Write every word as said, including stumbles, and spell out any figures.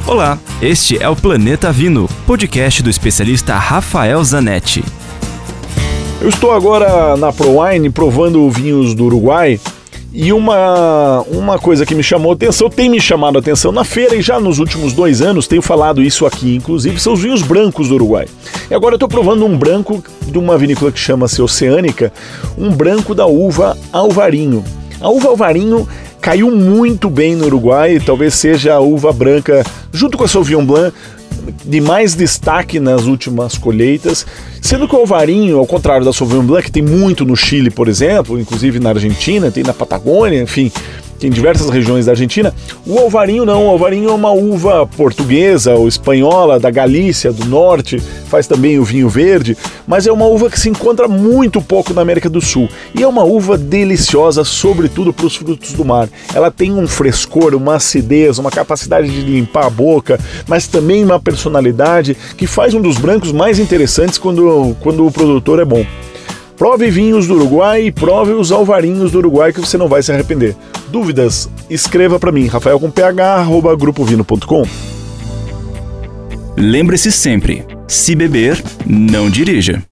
Olá, este é o Planeta Vino, podcast do especialista Rafael Zanetti. Eu estou agora na ProWine provando vinhos do Uruguai e uma, uma coisa que me chamou a atenção, tem me chamado a atenção na feira e já nos últimos dois anos, tenho falado isso aqui inclusive, são os vinhos brancos do Uruguai. E agora eu estou provando um branco de uma vinícola que chama-se Oceânica, um branco da uva Alvarinho. A uva Alvarinho caiu muito bem no Uruguai, talvez seja a uva branca, junto com a Sauvignon Blanc, de mais destaque nas últimas colheitas, sendo que o Alvarinho, ao contrário da Sauvignon Blanc, que tem muito no Chile, por exemplo, inclusive na Argentina, tem na Patagônia, enfim, tem diversas regiões da Argentina, o Alvarinho não, o Alvarinho é uma uva portuguesa ou espanhola, da Galícia, do norte, faz também o vinho verde, mas é uma uva que se encontra muito pouco na América do Sul, e é uma uva deliciosa, sobretudo para os frutos do mar. Ela tem um frescor, uma acidez, uma capacidade de limpar a boca, mas também uma personalidade que faz um dos brancos mais interessantes quando, quando o produtor é bom. Prove vinhos do Uruguai e prove os alvarinhos do Uruguai que você não vai se arrepender. Dúvidas? Escreva para mim, rafael com ph, arroba grupo vino ponto com. Lembre-se sempre, se beber, não dirija.